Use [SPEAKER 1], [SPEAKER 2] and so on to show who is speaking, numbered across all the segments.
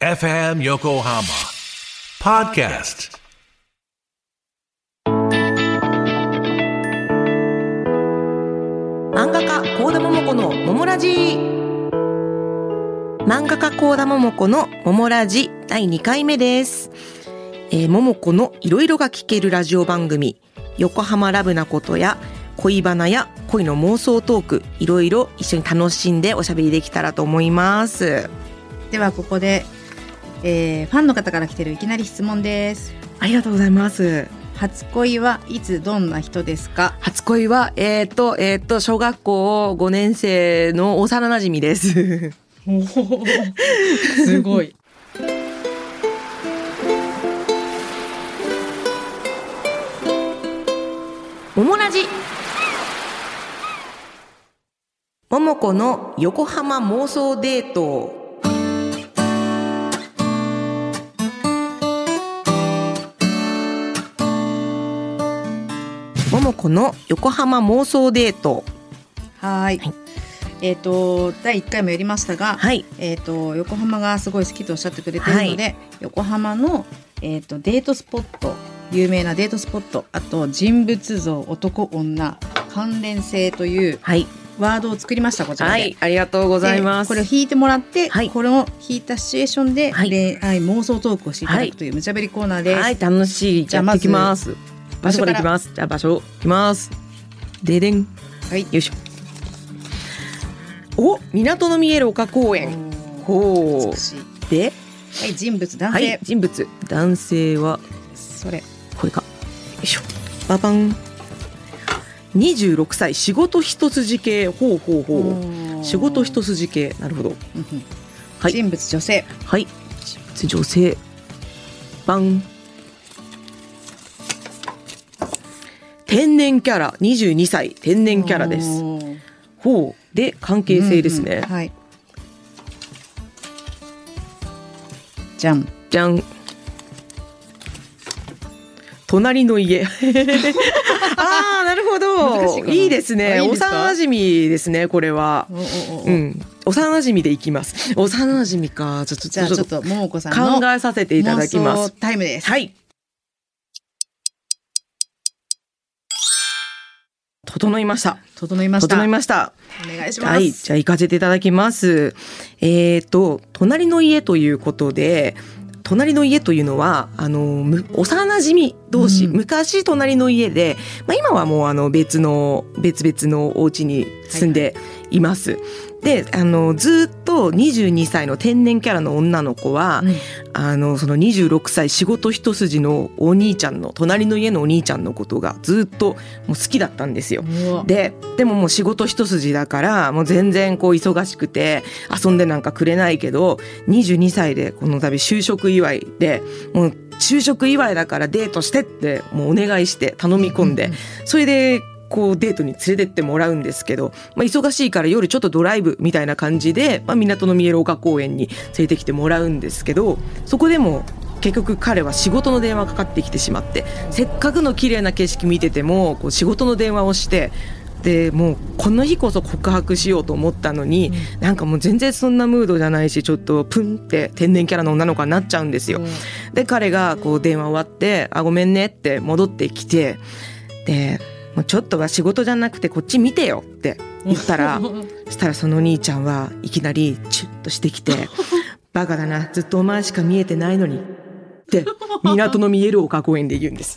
[SPEAKER 1] FM Yokohama Podcast
[SPEAKER 2] 漫画家幸田桃子のももラジ。漫画家幸田桃子のももラジ第2回目です。桃子のいろいろが聞けるラジオ番組、横浜ラブなことや恋バナや恋の妄想トーク、いろいろ一緒に楽しんでおしゃべりできたらと思います。
[SPEAKER 3] ではここで、ファンの方から来てるいきなり質問です。
[SPEAKER 2] ありがとうございます。
[SPEAKER 3] 初恋はいつどんな人ですか？
[SPEAKER 2] 初恋は小学校5年生の幼馴染です
[SPEAKER 3] すごい
[SPEAKER 2] ももラジ桃子の横浜妄想デート。桃子の横浜妄想デート。
[SPEAKER 3] はい、
[SPEAKER 2] はい。
[SPEAKER 3] 第1回もやりましたが、
[SPEAKER 2] はい。
[SPEAKER 3] 横浜がすごい好きとおっしゃってくれているので、横浜の、デートスポット、有名なデートスポット、あと人物像、男女関連性というワードを作りました。こちらで、
[SPEAKER 2] はい、ありがとうございます。
[SPEAKER 3] これを引いてもらって、
[SPEAKER 2] はい、
[SPEAKER 3] これを引いたシチュエーションで
[SPEAKER 2] はい、
[SPEAKER 3] 恋愛妄想トークをしていただくという無茶ぶりコーナーです。
[SPEAKER 2] はい、楽しい。じゃあまず行きます。場所から行きます。じゃあ場所行きます。ででん。
[SPEAKER 3] はい、
[SPEAKER 2] よいしょ。お、港の見える丘公園。ほう。で、
[SPEAKER 3] はい、人物男性。
[SPEAKER 2] はい、人物男性は
[SPEAKER 3] それ。
[SPEAKER 2] これか。よいしょ。ババン。26歳、仕事一筋系。ほうほうほう。仕事一筋系。なるほど。
[SPEAKER 3] はい。人物女性。
[SPEAKER 2] はい。人物女性。バン。天然キャラ、22歳、天然キャラです。ほう。で、関係性ですね。
[SPEAKER 3] はい。じゃん。
[SPEAKER 2] じゃん。隣の家。ああ、なるほど。いいですね。幼馴染ですね、これは。うん。幼馴染でいきます。幼馴染か。じゃあちょっと
[SPEAKER 3] 桃子さんの
[SPEAKER 2] 考えさせていただきます。
[SPEAKER 3] 妄想タイムです。
[SPEAKER 2] はい。整いました。
[SPEAKER 3] 整いました。
[SPEAKER 2] 整いました。
[SPEAKER 3] お願いします。
[SPEAKER 2] はい、じゃあ行かせていただきます。隣の家ということで、隣の家というのは幼馴染同士、昔隣の家で、今はもう別々のお家に住んでいます。で、ずっと22歳の天然キャラの女の子は、その26歳仕事一筋のお兄ちゃんの、隣の家のお兄ちゃんのことがずっともう好きだったんですよ。でももう仕事一筋だからもう全然こう忙しくて遊んでなんかくれないけど、22歳でこの度就職祝いで、もう就職祝いだからデートしてってもうお願いして頼み込んで、それでこうデートに連れてってもらうんですけど、忙しいから夜ちょっとドライブみたいな感じで、港の見える丘公園に連れてきてもらうんですけど、そこでも結局彼は仕事の電話がかかってきてしまって、せっかくの綺麗な景色見ててもこう仕事の電話をして、でもうこの日こそ告白しようと思ったのに、なんかもう全然そんなムードじゃないし、ちょっとプンって天然キャラの女の子になっちゃうんですよ。で彼がこう電話終わって、ごめんねって戻ってきて、でもうちょっとは仕事じゃなくてこっち見てよって言ったらそしたらその兄ちゃんはいきなりチュッとしてきてバカだな、ずっとお前しか見えてないのにって港の見える丘公園で言うんです。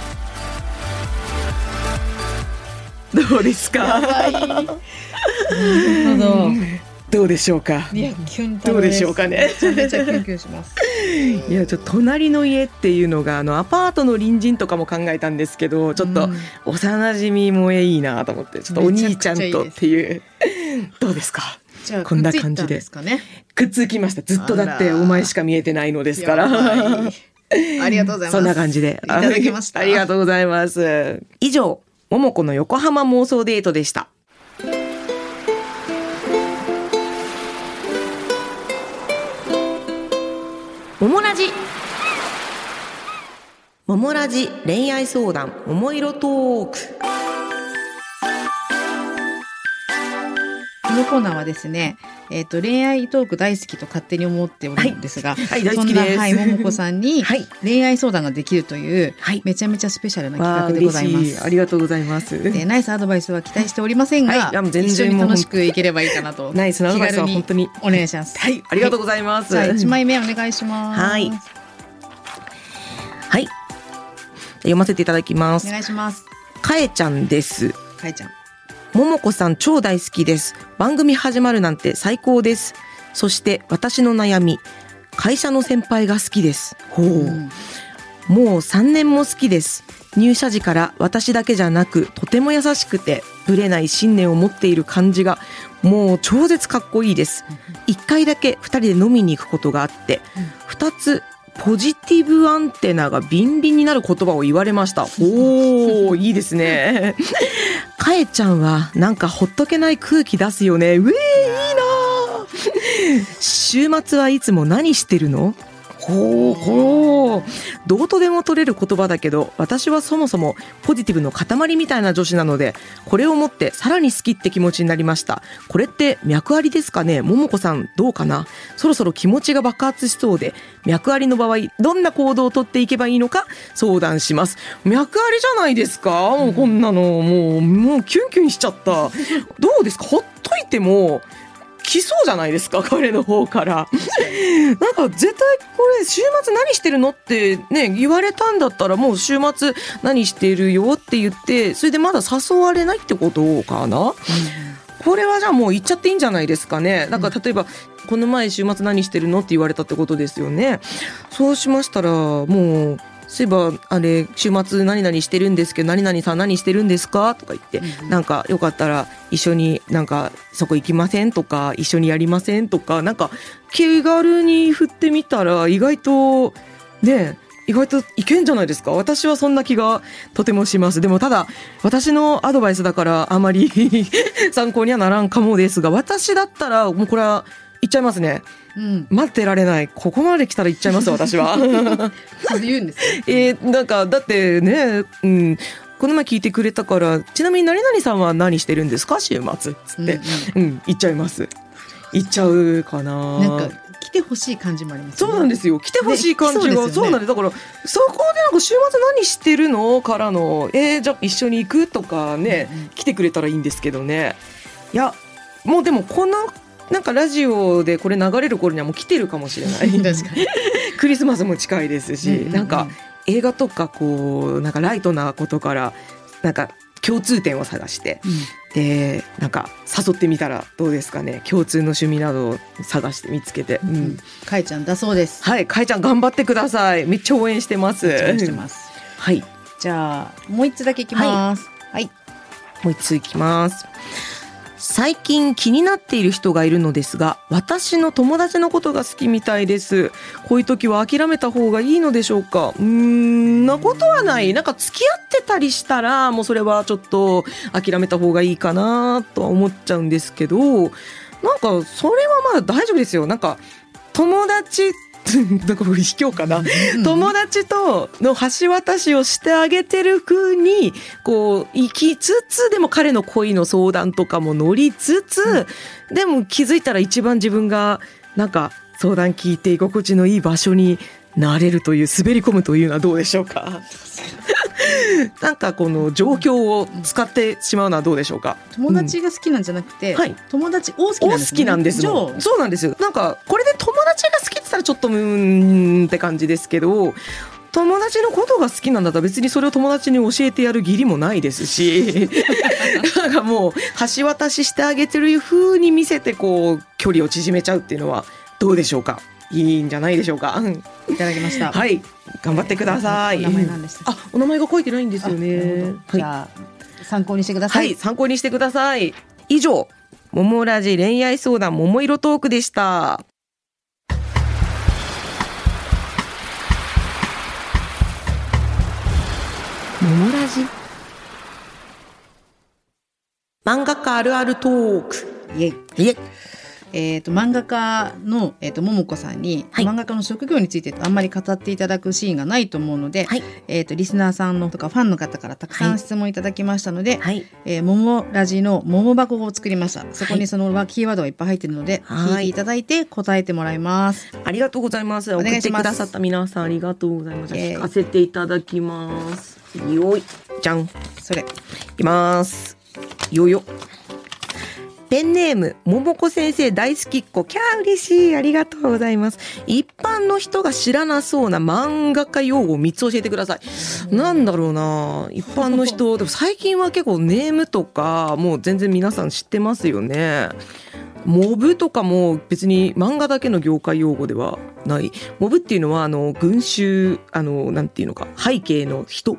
[SPEAKER 2] どうですか？
[SPEAKER 3] やばい。なるほど。
[SPEAKER 2] どうでしょうか？
[SPEAKER 3] いや、キュン
[SPEAKER 2] どうでしょうかね。
[SPEAKER 3] めちゃめちゃキュンキュンします。
[SPEAKER 2] いや、ちょっと隣の家っていうのがアパートの隣人とかも考えたんですけど、ちょっと幼馴染もいいなと思って、ちょっとお兄ちゃんとっていうどうですか？
[SPEAKER 3] じゃあ
[SPEAKER 2] こんな感じでくっつきました。ずっとだってお前しか見えてないのですから。
[SPEAKER 3] ありがとうございます。
[SPEAKER 2] そんな感じで
[SPEAKER 3] いただきました。
[SPEAKER 2] ありがとうございます。以上、桃子の横浜妄想デートでした。桃ラジ桃ラジ恋愛相談桃色トーク。
[SPEAKER 3] 桃のコーナーはですね、恋愛トーク大好きと勝手に思っておるんですが、
[SPEAKER 2] はい、大好きです。
[SPEAKER 3] そんな、ももこさんに恋愛相談ができるという、めちゃめちゃスペシャルな企画でございます。
[SPEAKER 2] ありがとうございます。
[SPEAKER 3] ナイスアドバイスは期待しておりませんが、全然一緒に楽しくいければいいかなと。
[SPEAKER 2] ナイスなアドバイスは本当に
[SPEAKER 3] お願いします。
[SPEAKER 2] はい、ありがとうございます。
[SPEAKER 3] 1枚目お願いします。
[SPEAKER 2] はい。はい。読ませていただきます。
[SPEAKER 3] お願いします。
[SPEAKER 2] かえちゃんです。
[SPEAKER 3] かえちゃん。
[SPEAKER 2] ももこさん超大好きです。番組始まるなんて最高です。そして私の悩み、会社の先輩が好きです。ほう。もう3年も好きです。入社時から私だけじゃなくとても優しくてぶれない信念を持っている感じがもう超絶かっこいいです。1回だけ2人で飲みに行くことがあって、2つポジティブアンテナがビンビンになる言葉を言われました。おー、いいですね。かえちゃんはなんかほっとけない空気出すよね。いいな。週末はいつも何してるの？ほう、どうとでも取れる言葉だけど、私はそもそもポジティブの塊みたいな女子なので、これをもってさらに好きって気持ちになりました。これって脈ありですかね？ももこさんどうかな？そろそろ気持ちが爆発しそうで、脈ありの場合どんな行動をとっていけばいいのか相談します。脈ありじゃないですか？もうこんなのもうキュンキュンしちゃった。どうですか？ほっといても来そうじゃないですか、彼の方からなんか絶対これ週末何してるのってね言われたんだったら、もう週末何してるよって言って、それでまだ誘われないってことかな、これはじゃあもう言っちゃっていいんじゃないですかね。なんか例えばこの前週末何してるのって言われたってことですよね。そうしましたらもうそういえばあれ週末何々してるんですけど、何々さん何してるんですかとか言って、なんかよかったら一緒になんかそこ行きませんとか、一緒にやりませんとか、なんか気軽に振ってみたら意外といけんじゃないですか。私はそんな気がとてもします。でもただ私のアドバイスだからあまり参考にはならんかもですが、私だったらもうこれは言っちゃいますね。待ってられない。ここまで来たら言っちゃいます私は。
[SPEAKER 3] そう言うんです
[SPEAKER 2] なんかだってね、この前聞いてくれたから、ちなみに何々さんは何してるんですか週末つって、言っちゃいます。言っちゃうかな。
[SPEAKER 3] なんか来てほしい感じもありますね。
[SPEAKER 2] そうなんですよ。来てほしい感じが、そうなんです。だからそこでなんか週末何してるのからのじゃあ一緒に行くとかね、来てくれたらいいんですけどね。いやもうでもこのなんかラジオでこれ流れる頃にはもう来てるかもしれない。確かにクリスマスも近いですし、なんか映画とかこうなんかライトなことからなんか共通点を探して、でなんか誘ってみたらどうですかね。共通の趣味などを探して見つけて、
[SPEAKER 3] かえちゃんだそうです。
[SPEAKER 2] はい、かえちゃん頑張ってください。めっちゃ応援してます。
[SPEAKER 3] 応援してます。
[SPEAKER 2] はい、
[SPEAKER 3] じゃあもう一つだけいきます。はい、
[SPEAKER 2] もう一ついきます。最近気になっている人がいるのですが、私の友達のことが好きみたいです。こういう時は諦めた方がいいのでしょうか。なことはない。なんか付き合ってたりしたらもうそれはちょっと諦めた方がいいかなとは思っちゃうんですけど、なんかそれはまだ大丈夫ですよ。なんか友達なんか卑怯かな、友達との橋渡しをしてあげてる風にこう生きつつ、でも彼の恋の相談とかも乗りつつ、でも気づいたら一番自分がなんか相談聞いて居心地のいい場所になれるという、滑り込むというのはどうでしょうか。なんかこの状況を使ってしまうのはどうでしょうか。
[SPEAKER 3] 友達が好きなんじゃなくて、友達大好きなんですね。
[SPEAKER 2] 大好きなんですよ。そうなんですよ。なんかこれで友達が好きって言ったらちょっとって感じですけど、友達のことが好きなんだったら別にそれを友達に教えてやる義理もないですしなんかもう橋渡ししてあげてる風に見せてこう距離を縮めちゃうっていうのはどうでしょうか。いいんじゃないでしょうか。
[SPEAKER 3] いただきました。
[SPEAKER 2] はい、頑張ってください。
[SPEAKER 3] お名前なんです。
[SPEAKER 2] お名前が書いてないんですよね。
[SPEAKER 3] じゃあ参考にしてください。
[SPEAKER 2] はい、参考にしてください。以上、ももラジ恋愛相談桃色トークでした。ももラジ漫画家あるあるトーク。
[SPEAKER 3] イエイ。 漫画家の、桃子さんに、
[SPEAKER 2] はい
[SPEAKER 3] 漫画家の職業についてあんまり語っていただくシーンがないと思うので、
[SPEAKER 2] はい
[SPEAKER 3] リスナーさんのとかファンの方からたくさん質問いただきましたので、
[SPEAKER 2] はい。
[SPEAKER 3] 桃ラジの桃箱を作りました。そこにそのキーワードがいっぱい入ってるので、
[SPEAKER 2] はい
[SPEAKER 3] 聞いていただいて答えてもらいます。
[SPEAKER 2] ありがとうございます。
[SPEAKER 3] お願いします
[SPEAKER 2] 送ってくださった皆さんありがとうございます。
[SPEAKER 3] イエーイ
[SPEAKER 2] 聞かせていただきます。よい。じゃん。い
[SPEAKER 3] それ。
[SPEAKER 2] きます。よよ。ペンネーム、桃子先生大好きっ子。キャー嬉しい。ありがとうございます。一般の人が知らなそうな漫画家用語を3つ教えてください。なんだろうな。一般の人、でも最近は結構ネームとか、もう全然皆さん知ってますよね。モブとかも別に漫画だけの業界用語ではない。モブっていうのは群衆、なんていうのか、背景の人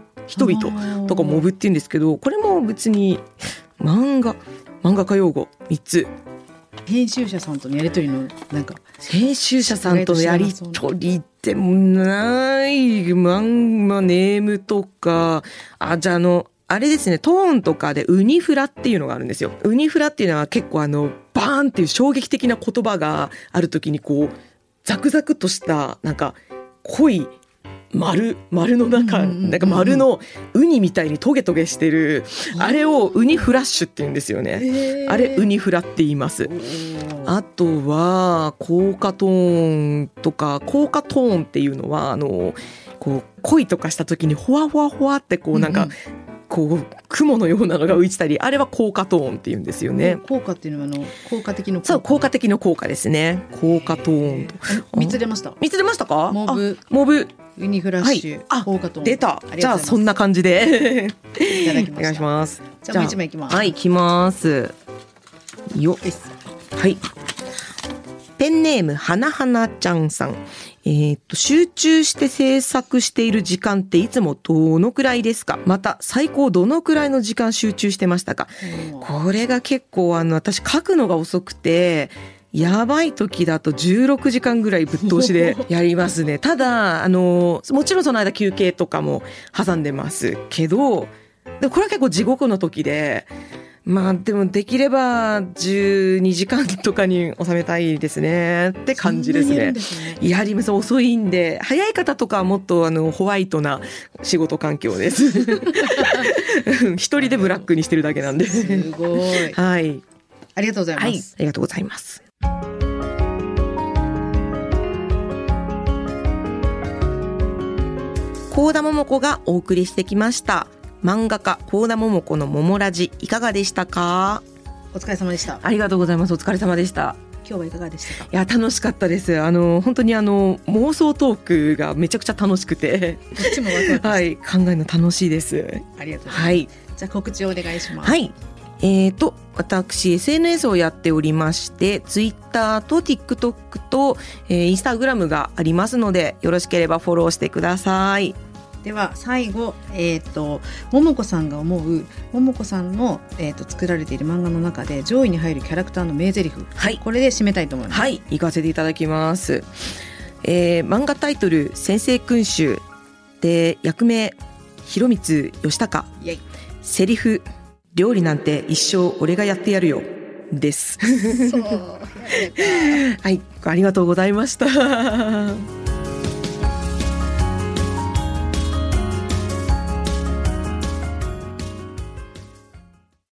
[SPEAKER 2] 々とかモブって言うんですけど、これも別に漫画家用語3つ。
[SPEAKER 3] 編集者さんとのやりとりのなんか
[SPEAKER 2] 編集者さんとのやりとりでもない漫画ネームとか、じゃああれですね、トーンとかでウニフラっていうのがあるんですよ。ウニフラっていうのは結構バーンっていう衝撃的な言葉があるときにこうザクザクとしたなんか濃い丸の中、なんか丸のウニみたいにトゲトゲしてる、あれをウニフラッシュって言うんですよね。あれウニフラって言います。あとは高化トーンとか、高化トーンっていうのはこう恋とかした時にホワホワホワってこうなんか、こう雲のようなのが浮いてたり、あれは高化トーンって言うんですよね。
[SPEAKER 3] 効果っていうのは効果的の効果。
[SPEAKER 2] そう、効果的の効果ですね。高化トーンと。
[SPEAKER 3] 3つ出ました。
[SPEAKER 2] 3つ出ましたか？
[SPEAKER 3] モブ、
[SPEAKER 2] ウ
[SPEAKER 3] ユニフラッシュ、
[SPEAKER 2] はい、
[SPEAKER 3] 効果トーン。
[SPEAKER 2] 出た。じゃあそんな感じでいただきました。お願いします。
[SPEAKER 3] じゃあもう一枚いきます。
[SPEAKER 2] はい、いきます。よっ。はい。ペンネームはなはなちゃんさん。集中して制作している時間っていつもどのくらいですか？また最高どのくらいの時間集中してましたか？これが結構私書くのが遅くて、やばい時だと16時間ぐらいぶっ通しでやりますね。ただもちろんその間休憩とかも挟んでますけど、でもこれは結構地獄の時で、まあでもできれば12時間とかに収めたいですねって感じですね。やります。遅いんで、早い方とかはもっとホワイトな仕事環境です。一人でブラックにしてるだけなんで。
[SPEAKER 3] すごい。
[SPEAKER 2] はい。
[SPEAKER 3] ありがとうございます。
[SPEAKER 2] はい、ありがとうございます。幸田桃子がお送りしてきました漫画家幸田桃子の桃ラジ、いかがでしたか？
[SPEAKER 3] お疲れ様でした。
[SPEAKER 2] ありがとうございます。お疲れ様でした。
[SPEAKER 3] 今日はいかがでしたか？
[SPEAKER 2] いや、楽しかったです。本当に妄想トークがめちゃくちゃ楽しくて、
[SPEAKER 3] こっちもワクワク
[SPEAKER 2] はい、考えるの楽しいです。
[SPEAKER 3] ありがとうございます。
[SPEAKER 2] はい、
[SPEAKER 3] じゃあ告知をお願いします。
[SPEAKER 2] はい。私 SNS をやっておりまして、Twitter と TikTok と、Instagram がありますので、よろしければフォローしてください。
[SPEAKER 3] では最後、桃子さんが思う桃子さんの、作られている漫画の中で上位に入るキャラクターの名台詞、
[SPEAKER 2] はい、
[SPEAKER 3] これで締めたいと思います。
[SPEAKER 2] はい、行かせていただきます。漫画タイトル先生君主で、役名広光義孝、セリフ料理なんて一生俺がやってやるよです。はい、ありがとうございました。